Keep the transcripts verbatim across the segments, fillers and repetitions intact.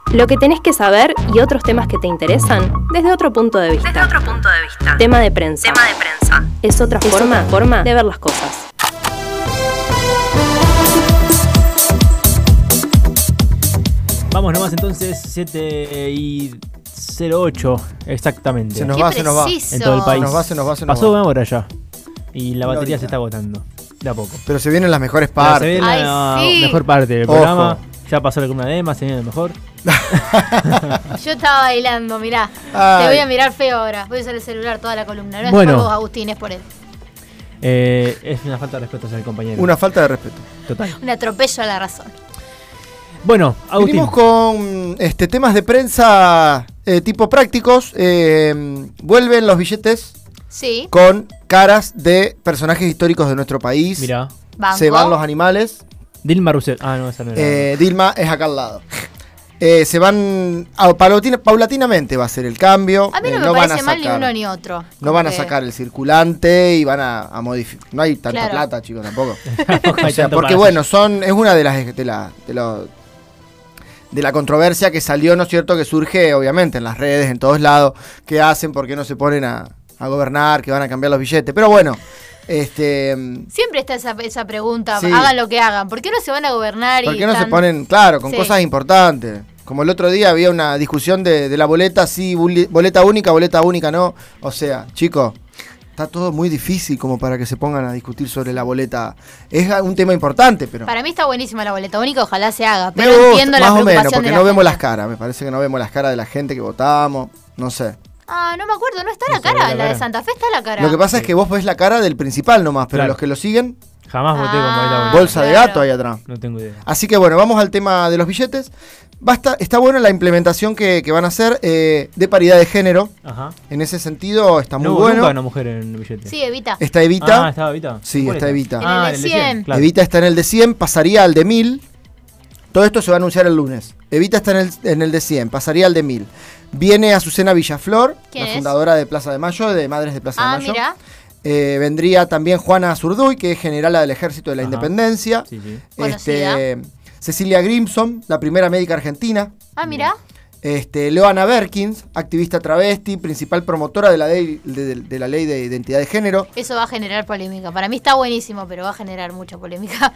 Lo que tenés que saber y otros temas que te interesan desde otro punto de vista. Desde otro punto de vista. Tema de prensa. Tema de prensa. Es otra Es forma, otra forma de ver las cosas. Vamos nomás entonces, siete y cero ocho exactamente. Se nos Qué va, se nos va. preciso. En todo el país. Se nos va, se nos va, se nos Pasó va. una hora ya. Y la batería Glorita. se está agotando. De a poco. Pero se vienen las mejores Pero se partes. viene Ay, la sí. mejor parte del Ojo. programa. Ya pasó la columna de Emma, se viene lo mejor. Yo estaba bailando, mirá. Ay. Te voy a mirar feo ahora. Voy a usar el celular toda la columna. No es Bueno. por vos, Agustín, es por él. Eh, es una falta de respeto hacia el compañero. Una falta de respeto. Total. Un atropello a la razón. Bueno, Agustín. Venimos con este, temas de prensa eh, tipo prácticos. Eh, vuelven los billetes Sí. con caras de personajes históricos de nuestro país. Mirá. Banco. Se van los animales. Dilma Rousseff. Ah, no, esa no era. Eh, Dilma es acá al lado. Eh, se van a- paulatina- paulatinamente va a ser el cambio. A mí no Eh, me van a parece mal ni sacar- uno ni otro. No van a Porque- sacar el circulante y van a, a modificar. No hay tanta Claro. plata, chicos, tampoco. Tampoco O hay sea, tanto porque para bueno, son es una de las de la, de, lo- de la controversia que salió, ¿no es cierto? Que surge, obviamente, en las redes, en todos lados. ¿Qué hacen? ¿Por qué no se ponen a, a gobernar? ¿Que van a cambiar los billetes? Pero bueno, este, Siempre está esa, esa pregunta, Sí. hagan lo que hagan. ¿Por qué no se van a gobernar? ¿por y qué no se están- ponen, claro, con Sí. cosas importantes? Como el otro día había una discusión de, de la boleta, sí, buli- boleta única, boleta única, no. O sea, chicos, está todo muy difícil como para que se pongan a discutir sobre la boleta. Es un tema importante, pero... Para mí está buenísima la boleta única, ojalá se haga. Me Pero gusta, entiendo la más o preocupación menos, porque de no la vemos las gente. caras. Me parece que no vemos las caras de la gente que votamos. No sé. Ah, no me acuerdo, no está No la se ve cara, la la de cara. Santa Fe está la cara. Lo que pasa es que vos ves la cara del principal nomás, pero Claro. los que lo siguen, Jamás voté con Ah. boleta única. bolsa de claro. gato ahí atrás. No tengo idea. Así que bueno, vamos al tema de los billetes. Basta, está bueno la implementación que, que van a hacer eh, de paridad de género. Ajá. En ese sentido está muy no hubo bueno. nunca una mujer en el billete. Sí, Evita. Está Evita. Ah, ¿estaba Evita? Sí, ¿Cuál está es? Evita. En Ah, el de de cien. claro. Evita está en el de cien, pasaría al de mil. Todo esto se va a anunciar el lunes. Evita está en el, en el de cien, pasaría al de mil. Viene Azucena Villaflor, ¿Quién la es? fundadora de Plaza de Mayo, de Madres de Plaza Ah, de Mayo. mira. Eh, vendría también Juana Zurduy, que es generala del Ejército de la Ajá. Independencia. Sí, sí. Este, Cecilia Grimson, la primera médica argentina. Ah, mira. Este, Leoana Berkins, activista travesti, principal promotora de la, ley, de, de- de la ley de identidad de género. Eso va a generar polémica. Para mí está buenísimo, pero va a generar mucha polémica.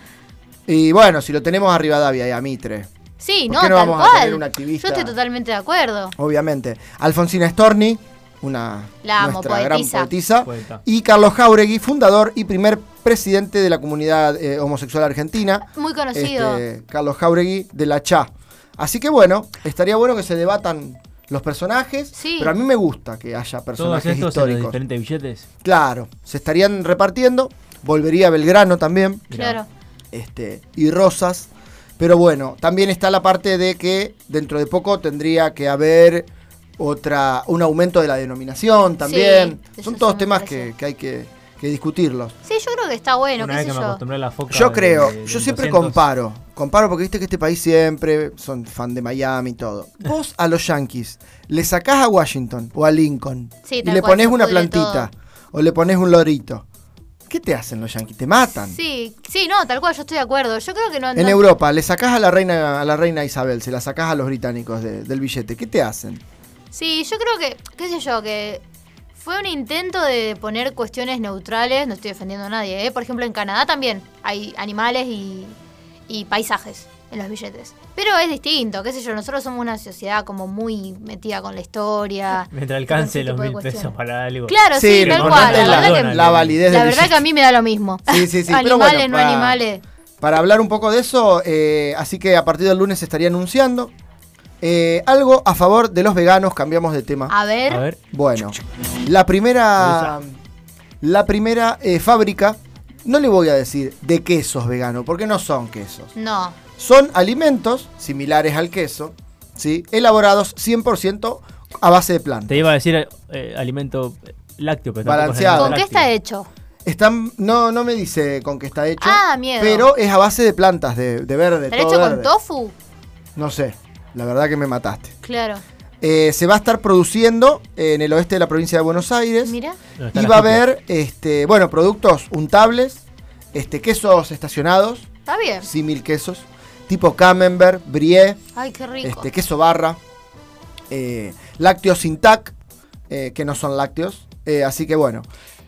Y bueno, si lo tenemos a Rivadavia y a Mitre, Sí, ¿por no, qué no tal vamos a cual. tener un activista? Yo estoy totalmente de acuerdo. obviamente. Alfonsina Storni, una La amo, nuestra poetisa. gran poetisa. Poeta. Y Carlos Jáuregui, fundador y primer presidente de la comunidad eh, homosexual argentina. Muy conocido. Este, Carlos Jáuregui de la C H A. Así que bueno, estaría bueno que se debatan los personajes, Sí. pero a mí me gusta que haya Todos personajes estos en los históricos. diferentes billetes. Claro, se estarían repartiendo, volvería Belgrano también, Claro. este, y Rosas, pero bueno, también está la parte de que dentro de poco tendría que haber otra, un aumento de la denominación también. Sí, Son eso todos sí me temas parece. que, que hay que, que discutirlos. Sí, yo creo que está bueno, Una qué vez sé que me yo. acostumbré a la foca. Yo de- creo, de- yo del siempre doscientos. comparo, comparo porque viste que este país siempre son fan de Miami y todo. Vos a los Yankees le sacás a Washington o a Lincoln Sí, y tal le cual, pones se una pudre plantita o le pones un lorito. ¿Qué te hacen los Yankees? Te matan. Sí, sí, no, tal cual, yo estoy de acuerdo. Yo creo que no... En no- Europa le sacás a la reina a la reina Isabel, se la sacás a los británicos de- del billete. ¿Qué te hacen? Sí, yo creo que, qué sé yo, que fue un intento de poner cuestiones neutrales, no estoy defendiendo a nadie, ¿eh? Por ejemplo, en Canadá también hay animales y, y paisajes en los billetes. Pero es distinto, qué sé yo, nosotros somos una sociedad como muy metida con la historia. Mientras con alcance ese los tipo de mil pesos cuestiones. para algo. Claro, sí, Sí, lo tal cual. importante La es verdad, la, que, la validez la del verdad que billete. a mí me da lo mismo. Sí, sí, sí, pero Animales, bueno, no para- animales. Para hablar un poco de eso, eh, así que a partir del lunes se estaría anunciando eh, algo a favor de los veganos. Cambiamos de tema. A ver, A ver. Bueno, la primera, la primera eh, fábrica, no le voy a decir de quesos veganos, porque no son quesos. no. Son alimentos similares al queso, ¿sí? Elaborados cien por ciento a base de plantas. Te iba a decir eh, alimento lácteo, pero tampoco es Balanceado. ¿Con qué lácteo. está hecho? Están, no, no me dice con qué está hecho, Ah, miedo. pero es a base de plantas, de, de verde, ¿Está todo hecho con verde. tofu? No sé, la verdad que me mataste. Claro. Eh, se va a estar produciendo en el oeste de la provincia de Buenos Aires. Mira. ¿Dónde está Y la va a gente? haber, este, bueno, productos untables, este, quesos estacionados, Está bien. símil quesos, tipo camembert, brie, Ay, qué rico. este, queso barra, eh, lácteos sin T A C, eh, que no son lácteos. Eh, así que bueno.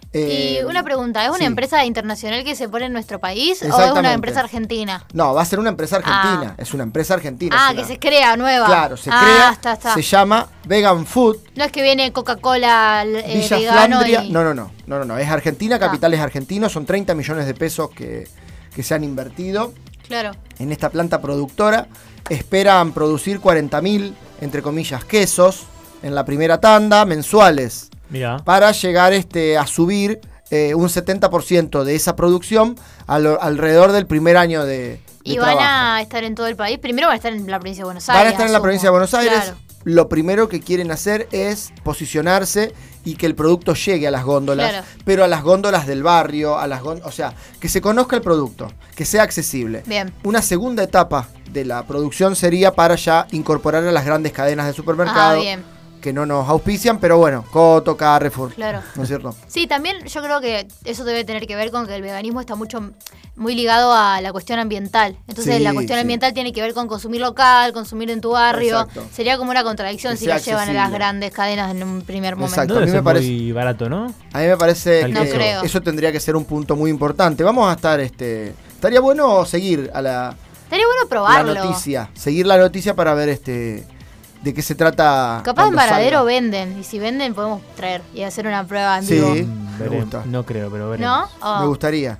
Y eh, una pregunta, ¿es una sí. empresa internacional que se pone en nuestro país o es Exactamente. una empresa argentina? No, va a ser una empresa argentina. Ah. Es una empresa argentina. Ah, es que una- se crea nueva. Claro, se ah, crea. Está, está. Se llama Vegan Food. No es que viene Coca-Cola eh, Villa vegano Flandria. y... No, no, no, no, no, no. Es Argentina, Ah. capital es argentino. Son treinta millones de pesos que, que se han invertido Claro. en esta planta productora. Esperan producir cuarenta mil, entre comillas, quesos en la primera tanda mensuales Mirá. para llegar este, a subir eh, un setenta por ciento de esa producción a lo- alrededor del primer año de, de Y van trabajo. a estar en todo el país. Primero van a estar en la provincia de Buenos Aires. Van a estar en la asumo. provincia de Buenos Aires. Claro. Lo primero que quieren hacer es posicionarse y que el producto llegue a las góndolas, Claro. pero a las góndolas del barrio, a las gón- o sea, que se conozca el producto, que sea accesible. Bien. Una segunda etapa de la producción sería para ya incorporar a las grandes cadenas de Ah, supermercado bien. que no nos auspician, pero bueno, Coto, Carrefour, Claro. ¿no es cierto? Sí, también yo creo que eso debe tener que ver con que el veganismo está mucho muy ligado a la cuestión ambiental. Entonces Sí, la cuestión sí. ambiental tiene que ver con consumir local, consumir en tu barrio. Exacto. Sería como una contradicción Que si sea la llevan a las accesible. grandes cadenas en un primer momento. Exacto. No a mí debe me ser parece- muy barato, ¿no? A mí me parece Tal que No creo. eso tendría que ser un punto muy importante. Vamos a estar, este, estaría bueno seguir a la Estaría bueno la probarlo. noticia, seguir la noticia para ver este de qué se trata. Capaz en cuando Varadero salga. venden. Y si venden podemos traer y hacer una prueba en Sí. vivo. Me Mm, veremos. gusta. No creo, pero veremos. ¿No? Oh. Me gustaría.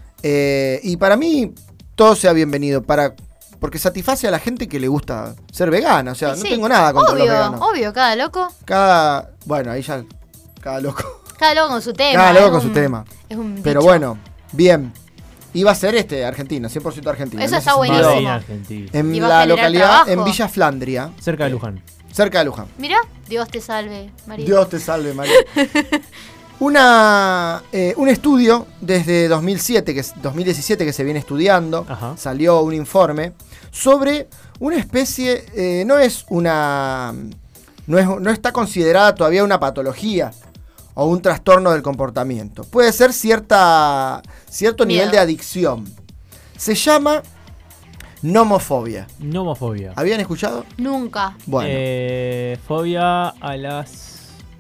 Eh, y para mí, todo sea bienvenido. Para, porque satisface a la gente que le gusta ser vegana. O sea, Y no sí, tengo nada contra obvio, los veganos. Obvio, cada loco. Cada. Bueno, ahí ya. Cada loco. Cada loco con su tema. Cada loco es con su un- tema. Es un Pero dicho. bueno, bien. Iba a ser este Argentina, cien por ciento Argentina. Eso En está ese buenísimo. sentido, Made in Argentina. En Y va a la generar localidad, trabajo. en Villa Flandria, Cerca de Luján. cerca de Luján. Mirá, Dios te salve, María. Dios te salve, María. Una, eh, un estudio desde dos mil siete, que es dos mil diecisiete que se viene estudiando, Ajá. salió un informe sobre una especie, eh, no es una, no, es, no está considerada todavía una patología o un trastorno del comportamiento. Puede ser cierta, cierto Miedo. nivel de adicción. Se llama nomofobia. Nomofobia. ¿Habían escuchado? Nunca. Bueno. Eh, fobia a las...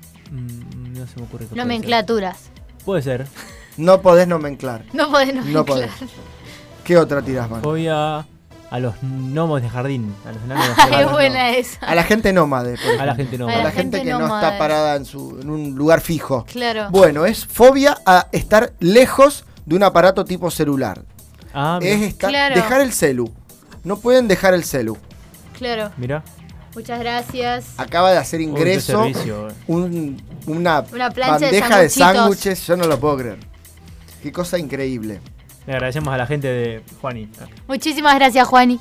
mm, no se me ocurre qué puede Nomenclaturas. ser. Puede ser. No podés nomenclar. No podés No nomenclar. podés. ¿Qué otra tirás, man? Fobia a los gnomos de jardín. A los enanos de Ay, jardín. es buena esa. A la gente nómade, por A la ejemplo. gente no. A A la la gente, gente que no nómade. está parada en, su, en un lugar fijo. Claro. Bueno, es fobia a estar lejos de un aparato tipo celular. Ah, Es mira. estar, Claro. dejar el celu. No pueden dejar el celu. Claro. Mira. Muchas gracias. Acaba de hacer Uy, qué ingreso servicio, eh. un- una, Una plancha de bandeja de sanguchitos. sándwiches. Yo no lo puedo creer. Qué cosa increíble. Le agradecemos a la gente de Juani. Muchísimas gracias, Juani.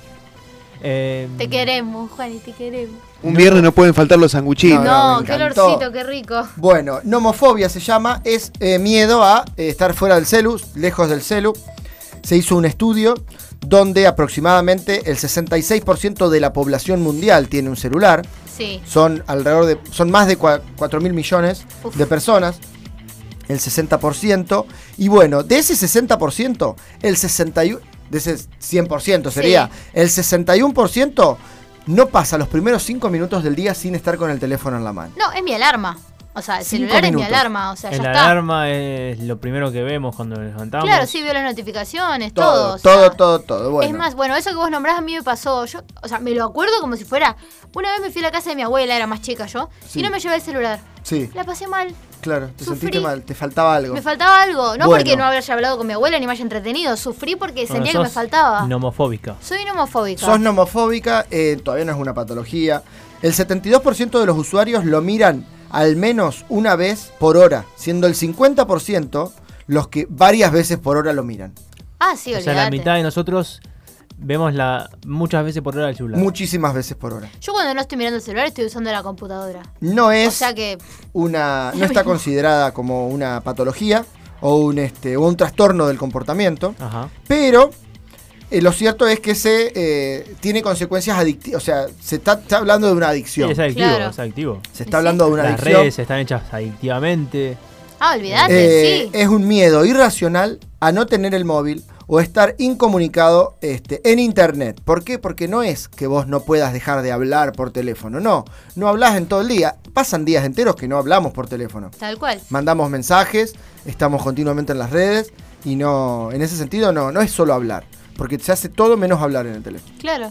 Eh, Te queremos, Juani, te queremos. Un viernes no pueden faltar los sanguchitos. No, No, me qué encantó. olorcito, qué rico. Bueno, nomofobia se llama, es eh, miedo a eh, estar fuera del celu, lejos del celu. Se hizo un estudio donde aproximadamente el sesenta y seis por ciento de la población mundial tiene un celular. Sí. Son alrededor de, son más de cuatro mil millones Uf. de personas. El sesenta por ciento. Y bueno, de ese sesenta por ciento, el sesenta y uno por ciento, de ese cien por ciento sería, Sí. el sesenta y uno por ciento no pasa los primeros cinco minutos del día sin estar con el teléfono en la mano. No, es mi alarma. O sea, el Cinco celular es mi minutos. alarma. O sea, ya la está. alarma es lo primero que vemos cuando nos levantamos. Claro, sí, veo las notificaciones, todo. Todo, o sea, todo, todo, todo. Bueno. Es más, bueno, eso que vos nombrás a mí me pasó. Yo, o sea, me lo acuerdo como si fuera. Una vez me fui a la casa de mi abuela, era más chica yo, Sí. y no me llevé el celular. Sí, La pasé mal. claro, te Sufrí. sentiste mal, te faltaba algo. Me faltaba algo. No Bueno. porque no haya hablado con mi abuela ni me haya entretenido. Sufrí porque Bueno, sentía que me sos faltaba. Nomofóbica. Soy nomofóbica. Sos nomofóbica, eh, todavía no es una patología. El setenta y dos por ciento de los usuarios lo miran al menos una vez por hora, siendo el cincuenta por ciento los que varias veces por hora lo miran. Ah, sí, O olvídate. sea, la mitad de nosotros vemos la muchas veces por hora el celular. Muchísimas veces por hora. Yo cuando no estoy mirando el celular estoy usando la computadora. No O es sea que. una, no está considerada como una patología o un este o un trastorno del comportamiento, Ajá. pero eh, lo cierto es que se eh, tiene consecuencias adictivas, o sea, se está, está hablando de una Sí, adicción. es adictivo, Claro. es adictivo. Se está Sí. hablando de una Las adicción. redes están hechas adictivamente. Ah, olvídate, Eh, sí. Es un miedo irracional a no tener el móvil o estar incomunicado este, en internet. ¿Por qué? Porque no es que vos no puedas dejar de hablar por teléfono, no, no hablás en todo el día, pasan días enteros que no hablamos por teléfono. Tal cual. Mandamos mensajes, estamos continuamente en las redes y no, en ese sentido no, no es solo hablar, porque se hace todo menos hablar en el teléfono. Claro.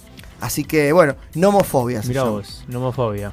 Así que bueno, nomofobia. Mirá vos, nomofobia.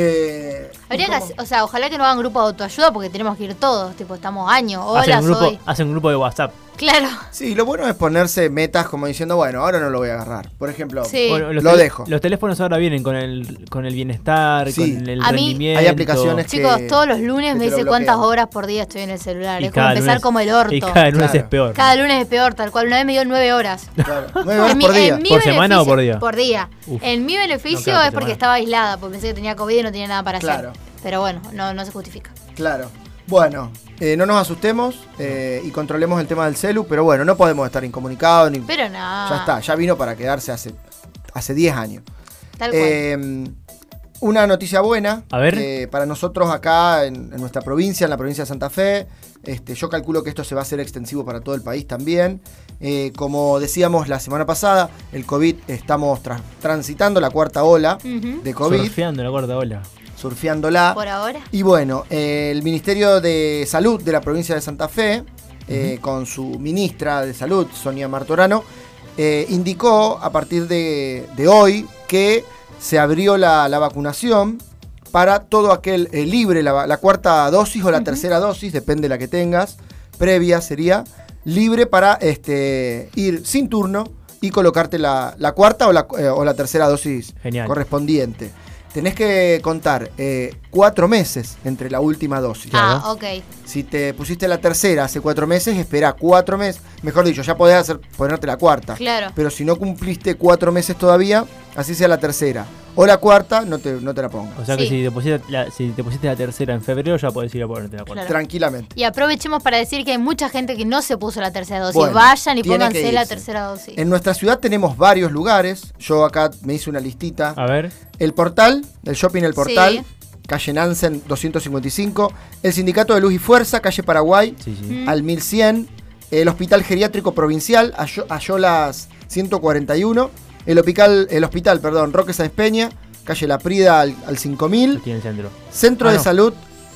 Eh, Habría que ¿cómo? hacer- o sea, ojalá que no hagan grupo de autoayuda porque tenemos que ir todos, tipo, estamos años. Hola, Hacen un, grupo, soy. hacen un grupo de WhatsApp. Claro. Sí, lo bueno es ponerse metas como diciendo, bueno, ahora no lo voy a agarrar. Por ejemplo, Sí. Bueno, los Lo tele- dejo. Los teléfonos ahora vienen con el, con el bienestar, Sí. con el A mí- rendimiento. hay aplicaciones que- Chicos, todos los lunes que me te lo dice cuántas bloquean. horas por día estoy en el celular. Y Es como cada empezar lunes- como el orto. Y cada lunes Claro. es peor. Cada lunes es peor, tal cual. Una vez me dio nueve horas. claro, nueve horas En mi- por día. en mi ¿Por semana o por día? Por día. Uf. En mi No, beneficio claro, por es porque semana. estaba aislada, porque pensé que tenía COVID y no tenía nada para Claro. hacer. Pero bueno, no, no se justifica. Claro. Bueno, eh, no nos asustemos eh, y controlemos el tema del celu, pero bueno, no podemos estar incomunicados ni. Pero no. Ya está, ya vino para quedarse hace hace diez años. Tal cual. Eh, una noticia buena. A ver. eh, para nosotros acá en, en nuestra provincia, en la provincia de Santa Fe, este, yo calculo que esto se va a hacer extensivo para todo el país también. Eh, como decíamos la semana pasada, el COVID, estamos tra- transitando la cuarta ola Ujú. de COVID, Surfeando la cuarta ola. surfeándola. Por ahora. Y bueno, eh, el Ministerio de Salud de la provincia de Santa Fe, eh, con su ministra de Salud, Sonia Martorano, eh, indicó a partir de, de hoy que se abrió la, la vacunación para todo aquel eh, libre, la, la cuarta dosis o la Ujú. tercera dosis, depende de la que tengas, previa sería, libre para este, ir sin turno y colocarte la, la cuarta o la, eh, o la tercera dosis Genial. correspondiente. Tenés que contar eh, cuatro meses entre la última dosis. Claro. Ah, ok. Si te pusiste la tercera hace cuatro meses, espera cuatro meses. Mejor dicho, ya podés hacer, ponerte la cuarta. Claro. Pero si no cumpliste cuatro meses todavía, así sea la tercera o la cuarta, no te, no te la pongas. O sea que Sí. si te, pusiste la, si te pusiste la tercera en febrero, ya podés ir a ponerte la cuarta. Claro. Tranquilamente. Y aprovechemos para decir que hay mucha gente que no se puso la tercera dosis. Bueno, Vayan y tiene pónganse que la irse. tercera dosis. En nuestra ciudad tenemos varios lugares. Yo acá me hice una listita. A ver. El Portal, el shopping El Portal, Sí. calle Nansen doscientos cincuenta y cinco. El Sindicato de Luz y Fuerza, calle Paraguay, Sí, sí. Mm. al mil cien. El Hospital Geriátrico Provincial, Ayo- Ayolas ciento cuarenta y uno. El hospital, el hospital perdón, Roque Sáenz Peña, calle La Prida al, al cinco mil. Aquí en el centro. Centro Ah, de no. Salud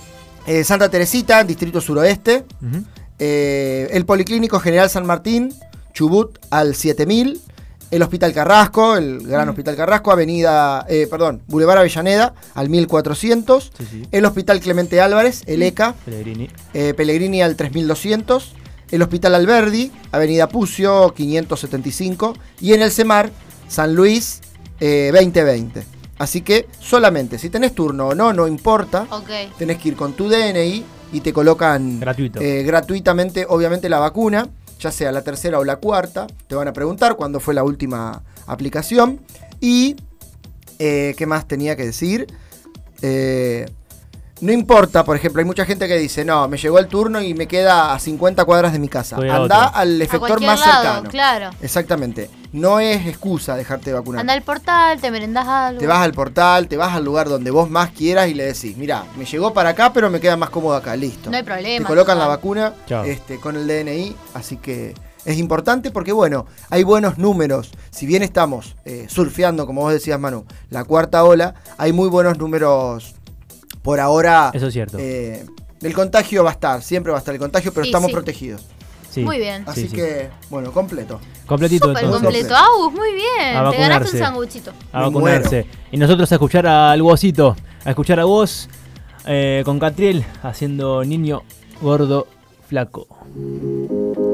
eh, Santa Teresita, Distrito Suroeste. Ujú. Eh, el Policlínico General San Martín, Chubut al siete mil. El Hospital Carrasco, el Gran Hospital Carrasco, Avenida, eh, perdón, Boulevard Avellaneda al mil cuatrocientos. Sí, sí. El Hospital Clemente Álvarez, el E C A, Pellegrini. eh, Pellegrini al tres mil doscientos. El Hospital Alberdi, Avenida Pucio quinientos setenta y cinco. Y en el CEMAR, San Luis eh, veinte veinte. Así que solamente, si tenés turno o no, no importa. Ok. Tenés que ir con tu D N I y te colocan Gratuito. eh, gratuitamente, obviamente, la vacuna, ya sea la tercera o la cuarta. Te van a preguntar cuándo fue la última aplicación. Y, eh, ¿qué más tenía que decir? Eh, no importa, por ejemplo, hay mucha gente que dice, no, me llegó el turno y me queda a cincuenta cuadras de mi casa. Voy a Andá otro. al A efector cualquier más lado, cercano. claro. Exactamente. No es excusa dejarte vacunar. Anda al portal, te merendás algo. Te vas al portal, te vas al lugar donde vos más quieras y le decís, mira, me llegó para acá, pero me queda más cómodo acá, listo. No hay problema. Te colocan la total. vacuna Chao. este, con el D N I, así que es importante porque, bueno, hay buenos números. Si bien estamos eh, surfeando, como vos decías, Manu, la cuarta ola, hay muy buenos números por ahora. Eso es cierto. eh, el contagio va a estar, siempre va a estar el contagio, pero Y estamos sí. protegidos. Sí. Muy bien. Así Sí, sí. que, bueno, completo. Completito Súper entonces. completo. Agus, muy bien. A Te ganaste vacunarse. un sanguchito. A Me vacunarse. Y nosotros a escuchar al Vosito. A escuchar a vos eh, con Catriel haciendo niño gordo flaco.